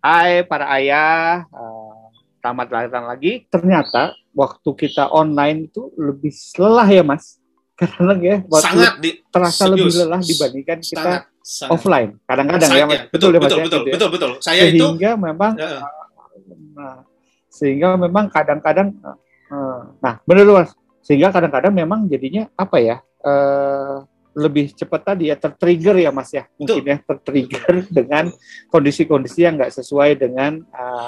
Hai para ayah, selamat datang lagi. Ternyata waktu kita online itu lebih lelah ya Mas. Karena ya, Sangat terasa lebih serius, lelah dibandingkan kita sangat sangat offline. Kadang-kadang ya Mas, saya betul betul ya Mas betul ya betul gitu ya. betul betul saya itu Sehingga memang, uh, nah, sehingga memang kadang-kadang, nah benar Mas. Sehingga kadang-kadang memang jadinya apa ya? Lebih cepat tadi ya tertrigger ya Mas ya, mungkin betul ya betul tertrigger dengan betul kondisi-kondisi yang nggak sesuai dengan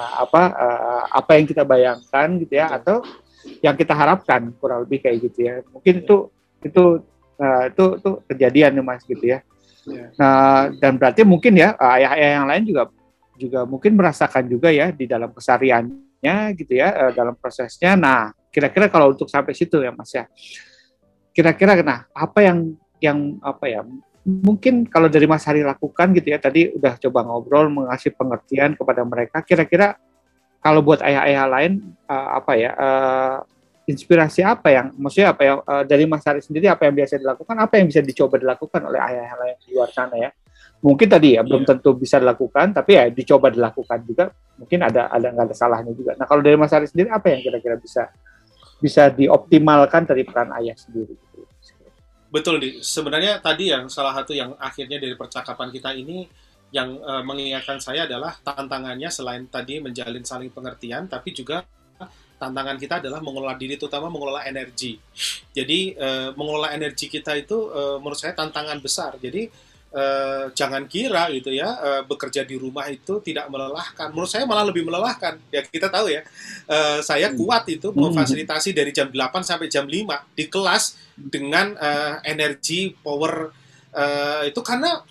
apa yang kita bayangkan gitu ya, betul atau yang kita harapkan, kurang lebih kayak gitu ya. Mungkin ya, itu itu kejadian nih Mas gitu ya. ya. Nah, dan berarti mungkin ya ayah-ayah yang lain juga juga mungkin merasakan juga ya di dalam kesehariannya gitu ya, dalam prosesnya. Nah, kira-kira kalau untuk sampai situ ya Mas ya, kira-kira nah apa yang apa ya, mungkin kalau dari Mas Hari lakukan gitu ya, tadi udah coba ngobrol mengasih pengertian kepada mereka, kira-kira kalau buat ayah-ayah lain, apa ya, inspirasi apa yang maksudnya apa ya, dari Mas Hari sendiri apa yang biasa dilakukan, apa yang bisa dicoba dilakukan oleh ayah-ayah lain di luar sana ya, mungkin tadi ya belum Iya. tentu bisa dilakukan tapi ya dicoba dilakukan juga, mungkin ada nggak ada salahnya juga. Nah kalau dari Mas Hari sendiri apa yang kira-kira bisa bisa dioptimalkan dari peran ayah sendiri gitu? Betul, Di. Sebenarnya tadi yang salah satu yang akhirnya dari percakapan kita ini yang mengingatkan saya adalah tantangannya selain tadi menjalin saling pengertian, tapi juga tantangan kita adalah mengelola diri, terutama mengelola energi. Jadi mengelola energi kita itu menurut saya tantangan besar. Jadi jangan kira gitu ya bekerja di rumah itu tidak melelahkan. Menurut saya malah lebih melelahkan. Ya kita tahu ya, saya kuat itu Hmm. memfasilitasi dari jam 8 sampai jam 5 di kelas dengan energi power itu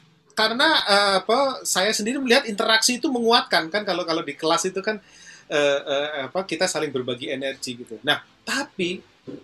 karena saya sendiri melihat interaksi itu menguatkan kan kalau kalau di kelas itu kan kita saling berbagi energi gitu. Nah, tapi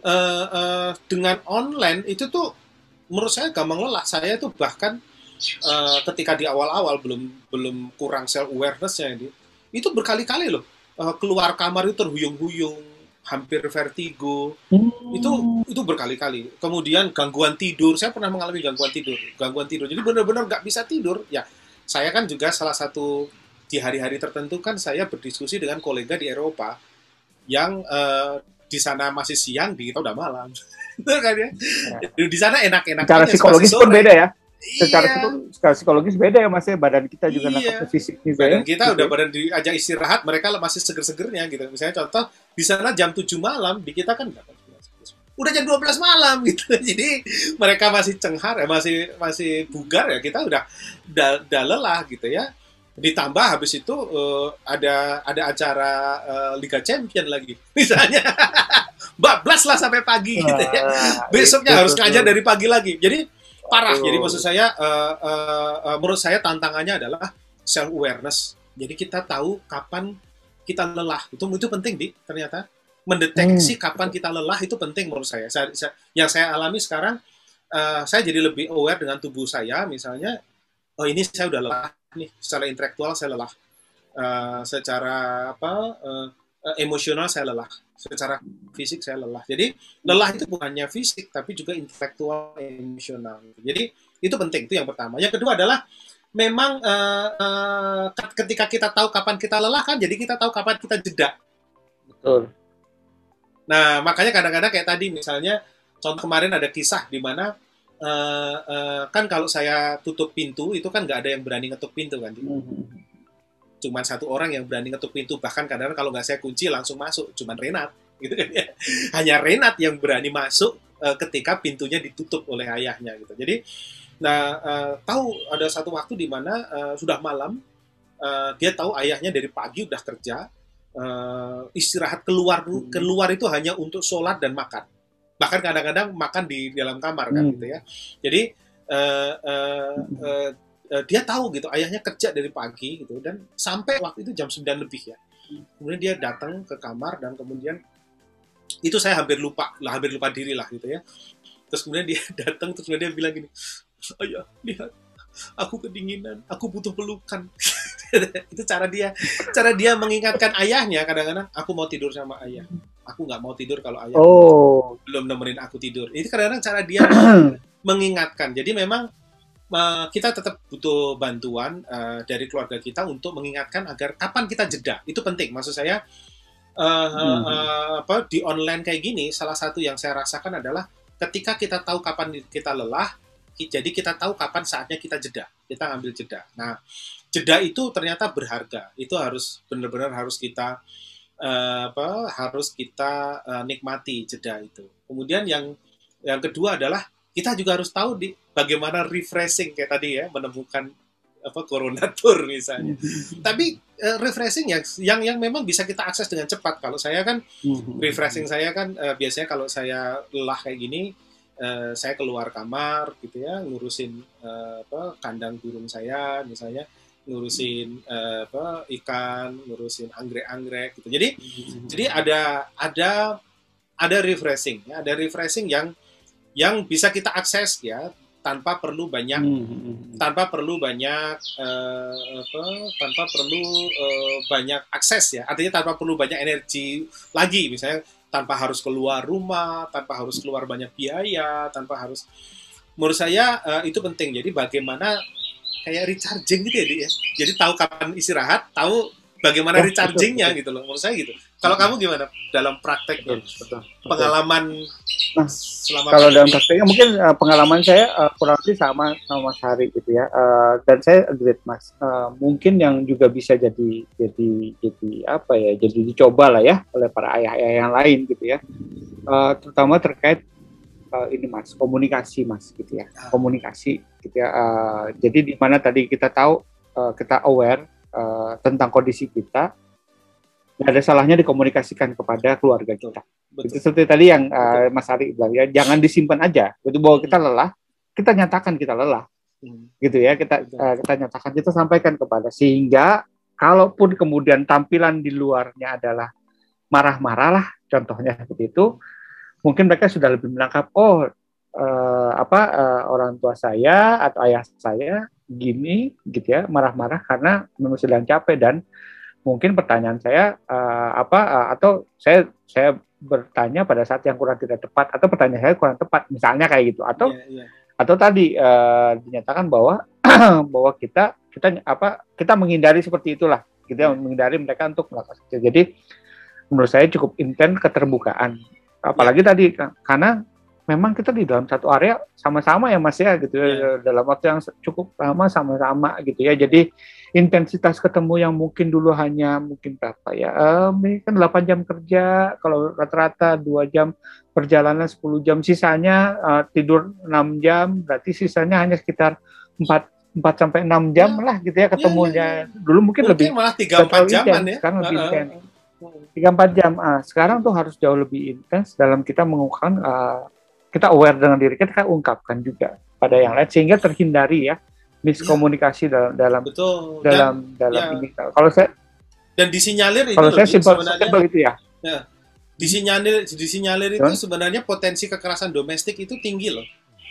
dengan online itu tuh menurut saya gampang lelah. Saya tuh bahkan ketika di awal-awal belum belum kurang self awarenessnya ini, itu berkali-kali loh keluar kamar itu terhuyung-huyung, hampir vertigo, Hmm. itu berkali-kali. Kemudian gangguan tidur, saya pernah mengalami gangguan tidur. Jadi benar-benar nggak bisa tidur. Ya, saya kan juga salah satu di hari-hari tertentu kan saya berdiskusi dengan kolega di Eropa yang di sana masih siang, di kita udah malam. Kan ya. Di sana enak-enak Secara aja, masih psikologis pun beda sore. ya. Iya, Secara psikologis beda ya Mas ya, badan kita juga nangkapnya iya. fisik juga ya Badan kita gitu udah ya. badan diajak istirahat, mereka masih seger-segernya gitu. Misalnya contoh, di sana jam 7 malam, di kita kan udah jam 12 malam gitu. Jadi mereka masih cenghar ya, masih masih bugar ya, kita udah lelah gitu ya. Ditambah habis itu ada acara Liga Champion lagi misalnya. Bablas lah sampai pagi gitu ya. Itu Besoknya harus ngajar tuh. dari pagi lagi. Jadi parah. Jadi maksud Aduh. saya menurut saya tantangannya adalah self awareness. Jadi kita tahu kapan kita lelah. Itu penting di ternyata mendeteksi kapan Betul. kita lelah itu penting menurut saya. Yang saya alami sekarang saya jadi lebih aware dengan tubuh saya misalnya oh ini saya udah lelah nih secara intelektual saya lelah secara apa emosional saya lelah secara fisik saya lelah jadi lelah itu bukannya fisik tapi juga intelektual emosional jadi itu penting itu yang pertama yang kedua adalah memang ketika kita tahu kapan kita lelah kan jadi kita tahu kapan kita jeda Betul. nah makanya kadang-kadang kayak tadi misalnya contoh kemarin ada kisah di mana kan kalau saya tutup pintu itu kan nggak ada yang berani ngetuk pintu kan Hmm. cuman satu orang yang berani ngetuk pintu bahkan kadang-kadang kalau nggak saya kunci langsung masuk cuman Renat gitu kan ya hanya Renat yang berani masuk ketika pintunya ditutup oleh ayahnya gitu jadi nah tahu ada satu waktu di mana sudah malam dia tahu ayahnya dari pagi udah kerja istirahat keluar keluar itu hanya untuk sholat dan makan bahkan kadang-kadang makan di dalam kamar kan gitu Hmm. ya jadi uh, uh, uh, dia tahu gitu ayahnya kerja dari pagi gitu dan sampai waktu itu jam 9 lebih ya kemudian dia datang ke kamar dan kemudian itu saya hampir lupa diri lah gitu ya terus kemudian dia datang terus kemudian dia bilang gini ayah lihat aku kedinginan aku butuh pelukan itu cara dia mengingatkan ayahnya kadang-kadang aku mau tidur sama ayah aku nggak mau tidur kalau ayah Oh. belum nemenin aku tidur itu kadang-kadang cara dia mengingatkan jadi memang kita tetap butuh bantuan dari keluarga kita untuk mengingatkan agar kapan kita jeda. Itu penting. Maksud saya di online kayak gini, salah satu yang saya rasakan adalah ketika kita tahu kapan kita lelah, jadi kita tahu kapan saatnya kita jeda, kita ambil jeda. Nah, jeda itu ternyata berharga. Itu harus benar-benar harus kita nikmati jeda itu. Kemudian yang kedua adalah kita juga harus tahu bagaimana refreshing kayak tadi ya, menemukan Corona Tour misalnya. Tapi refreshing yang memang bisa kita akses dengan cepat. Kalau saya kan refreshing saya kan biasanya kalau saya lelah kayak gini, saya keluar kamar gitu ya, ngurusin kandang burung saya misalnya, ngurusin ikan, ngurusin anggrek-anggrek gitu. Jadi ada refreshing ya, ada refreshing yang bisa kita akses ya, tanpa perlu banyak banyak akses ya, artinya tanpa perlu banyak energi lagi, misalnya tanpa harus keluar rumah, tanpa harus keluar banyak biaya, tanpa harus, menurut saya itu penting. Jadi bagaimana kayak recharging gitu ya, jadi tahu kapan istirahat, tahu bagaimana rechargingnya gitu loh, menurut saya gitu. Kalau kamu gimana dalam prakteknya? Pengalaman selama kalau dalam prakteknya mungkin pengalaman saya kurang lebih sama Mas Hari gitu ya, dan saya agree Mas, mungkin yang juga bisa jadi apa ya, jadi dicoba lah ya oleh para ayah-ayah yang lain gitu ya, terutama terkait ini Mas, komunikasi Mas gitu ya, komunikasi gitu ya, jadi di mana tadi kita tahu kita aware tentang kondisi kita, nggak ada salahnya dikomunikasikan kepada keluarga kita. Betul. Itu seperti tadi yang Mas Ari bilang ya, jangan disimpan aja. Itu bahwa kita lelah, kita nyatakan kita lelah, gitu ya. Kita nyatakan, kita sampaikan kepada, sehingga kalaupun kemudian tampilan di luarnya adalah marah-marah lah, contohnya seperti itu, mungkin mereka sudah lebih menangkap, orang tua saya atau ayah saya gini, gitu ya, marah-marah karena memang sedang capek, dan mungkin pertanyaan saya atau saya bertanya pada saat yang kurang tidak tepat, atau pertanyaan saya kurang tepat, misalnya kayak gitu, atau atau tadi dinyatakan bahwa bahwa kita menghindari seperti itulah, gitu ya, menghindari mereka untuk melakukan itu. Jadi menurut saya cukup intens keterbukaan, apalagi tadi karena memang kita di dalam satu area sama-sama ya Mas ya gitu ya, dalam waktu yang cukup lama sama-sama gitu ya. Jadi intensitas ketemu yang mungkin dulu hanya mungkin berapa ya, ini kan 8 jam kerja, kalau rata-rata 2 jam perjalanan 10 jam, sisanya tidur 6 jam, berarti sisanya hanya sekitar 4 sampai 6 jam lah gitu ya ketemunya. Dulu mungkin lebih malah 3-4 jaman ya. Sekarang lebih intens. 3-4 jam. Sekarang tuh harus jauh lebih intens dalam kita mengungkapkan, kita aware dengan diri kita ungkapkan juga pada yang lain, sehingga terhindari ya miskomunikasi dalam ini. Kalau saya dan disinyalir itu, kalau saya sebenarnya begitu ya. Disinyalir itu sebenarnya potensi kekerasan domestik itu tinggi loh.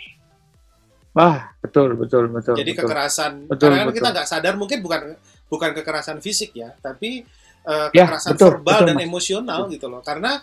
Wah, betul. Jadi kekerasan, karena kita nggak sadar, mungkin bukan kekerasan fisik ya, tapi kekerasan verbal dan emosional gitu loh. Karena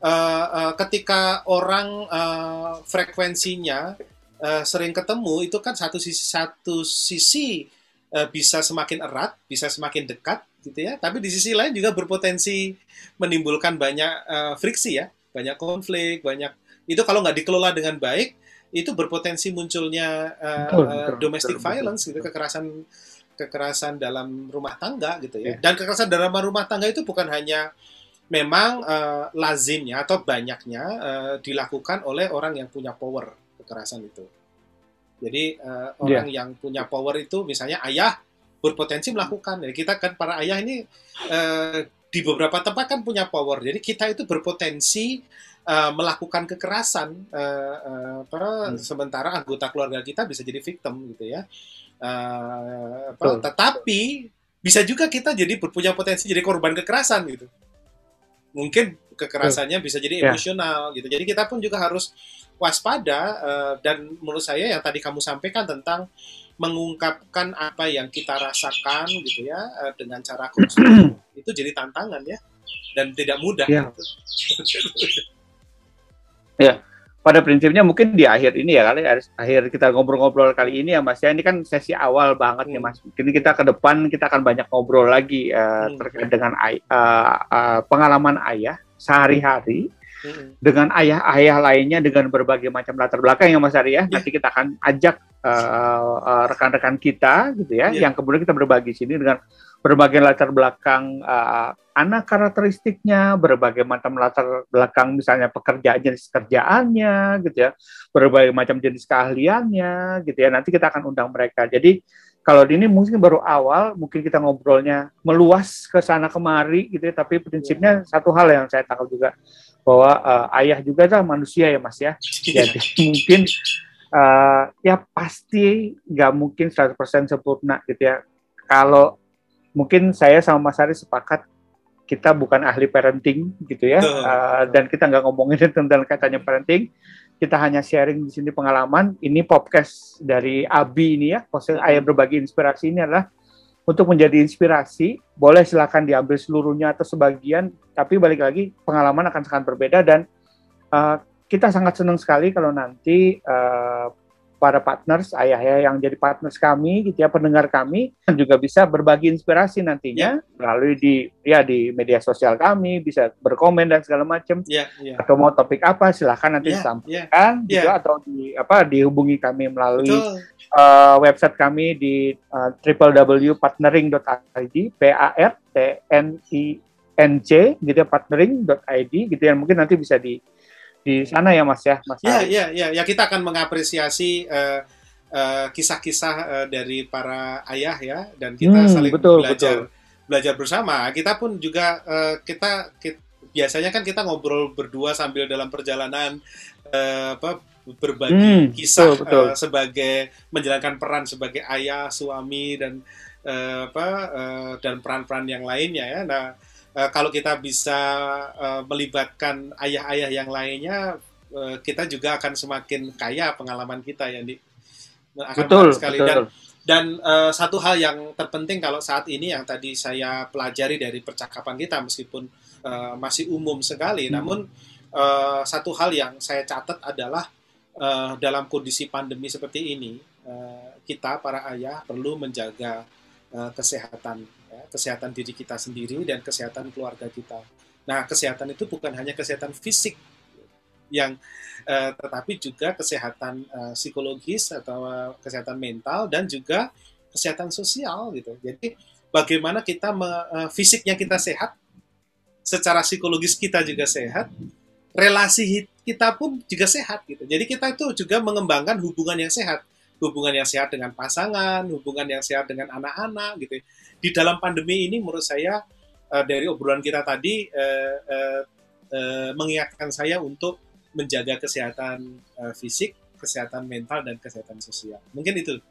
ketika orang frekuensinya sering ketemu, itu kan satu sisi bisa semakin erat, bisa semakin dekat gitu ya, tapi di sisi lain juga berpotensi menimbulkan banyak friksi ya, banyak konflik, banyak itu kalau nggak dikelola dengan baik, itu berpotensi munculnya domestic violence gitu, kekerasan dalam rumah tangga gitu ya. Dan kekerasan dalam rumah tangga itu bukan hanya memang lazimnya atau banyaknya dilakukan oleh orang yang punya power, kekerasan itu. Jadi orang yang punya power itu, misalnya ayah, berpotensi melakukan. Jadi kita kan para ayah ini di beberapa tempat kan punya power. Jadi kita itu berpotensi melakukan kekerasan, sementara anggota keluarga kita bisa jadi victim gitu ya. Tetapi bisa juga kita jadi punya potensi jadi korban kekerasan gitu. Mungkin kekerasannya bisa jadi emosional gitu. Jadi kita pun juga harus waspada, dan menurut saya yang tadi kamu sampaikan tentang mengungkapkan apa yang kita rasakan gitu ya, dengan cara konstruktif itu jadi tantangan ya, dan tidak mudah. Ya, pada prinsipnya mungkin di akhir ini ya kali akhir kita ngobrol-ngobrol kali ini ya Mas ya, ini kan sesi awal banget ya Mas. Mungkin kita ke depan kita akan banyak ngobrol lagi terkait dengan pengalaman ayah sehari-hari dengan ayah-ayah lainnya dengan berbagai macam latar belakang ya Mas Ari ya. Nanti kita akan ajak rekan-rekan kita gitu ya, yang kemudian kita berbagi sini dengan berbagai latar belakang anak karakteristiknya, berbagai macam latar belakang misalnya jenis kerjaannya gitu ya, berbagai macam jenis keahliannya gitu ya. Nanti kita akan undang mereka. Jadi kalau ini mungkin baru awal, mungkin kita ngobrolnya meluas ke sana kemari gitu ya, tapi prinsipnya satu hal yang saya tangkap juga bahwa ayah juga adalah manusia ya Mas ya. Jadi mungkin ya pasti nggak mungkin 100% sempurna gitu ya. Kalau mungkin saya sama Mas Ari sepakat kita bukan ahli parenting gitu ya, dan kita nggak ngomongin tentang katanya parenting, kita hanya sharing di sini pengalaman. Ini podcast dari Abi ini ya, proses ayah berbagi inspirasi ini adalah untuk menjadi inspirasi. Boleh silakan diambil seluruhnya atau sebagian, tapi balik lagi pengalaman akan sangat berbeda dan kita sangat senang sekali kalau nanti para partners, ayah yang jadi partners kami, gitu ya, pendengar kami, juga bisa berbagi inspirasi nantinya melalui di media sosial kami, bisa berkomen dan segala macam. Atau mau topik apa, silahkan nanti disampaikan, gitu, atau dihubungi kami melalui website kami di www.partnering.id, PARTNINC, gitu ya, partnering.id, gitu ya, mungkin nanti bisa di sana ya Mas ya. Ya kita akan mengapresiasi kisah-kisah dari para ayah ya, dan kita saling belajar bersama. Kita pun juga kita biasanya kan kita ngobrol berdua sambil dalam perjalanan berbagi kisah sebagai menjalankan peran sebagai ayah, suami dan dan peran-peran yang lainnya ya. Nah, kalau kita bisa melibatkan ayah-ayah yang lainnya, kita juga akan semakin kaya pengalaman kita ya, Betul sekali. Dan satu hal yang terpenting kalau saat ini yang tadi saya pelajari dari percakapan kita, meskipun masih umum sekali, namun satu hal yang saya catat adalah dalam kondisi pandemi seperti ini, kita para ayah perlu menjaga kesehatan diri kita sendiri dan kesehatan keluarga kita. Nah, kesehatan itu bukan hanya kesehatan fisik tetapi juga kesehatan psikologis atau kesehatan mental dan juga kesehatan sosial gitu. Jadi bagaimana kita fisiknya kita sehat, secara psikologis kita juga sehat, relasi kita pun juga sehat gitu. Jadi kita itu juga mengembangkan hubungan yang sehat dengan pasangan, hubungan yang sehat dengan anak-anak gitu. Di dalam pandemi ini menurut saya dari obrolan kita tadi mengingatkan saya untuk menjaga kesehatan fisik, kesehatan mental dan kesehatan sosial. Mungkin itu.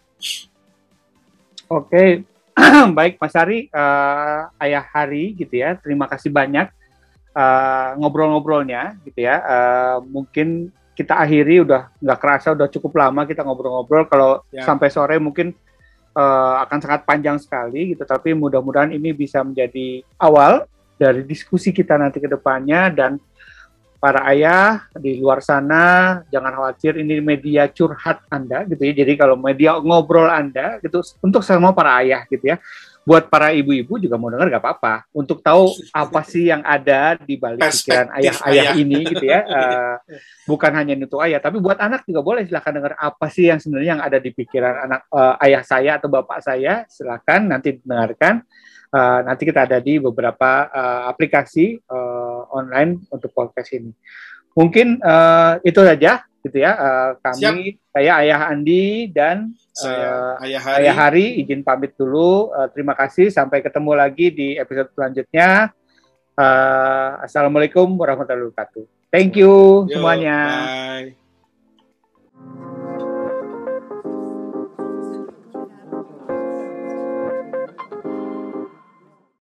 Oke. Baik Mas Ari, Ayah Hari gitu ya. Terima kasih banyak ngobrol-ngobrolnya gitu ya. Mungkin kita akhiri udah nggak kerasa, udah cukup lama kita ngobrol-ngobrol. Kalau sampai sore mungkin akan sangat panjang sekali gitu, tapi mudah-mudahan ini bisa menjadi awal dari diskusi kita nanti ke depannya. Dan para ayah di luar sana jangan khawatir, ini media curhat Anda gitu ya. Jadi kalau media ngobrol Anda gitu untuk semua para ayah gitu ya. Buat para ibu-ibu juga mau dengar gak apa-apa, untuk tahu apa sih yang ada di balik pikiran ayah-ayah ini gitu ya. Bukan hanya untuk ayah, tapi buat anak juga boleh, silakan dengar apa sih yang sebenarnya yang ada di pikiran anak ayah saya atau bapak saya. Silakan nanti dengarkan. Nanti kita ada di beberapa aplikasi online untuk podcast ini. Mungkin itu saja gitu ya. Saya Ayah Andi dan saya Ayah Hari izin pamit dulu. Terima kasih, sampai ketemu lagi di episode selanjutnya. Assalamualaikum warahmatullahi wabarakatuh. Thank you semuanya.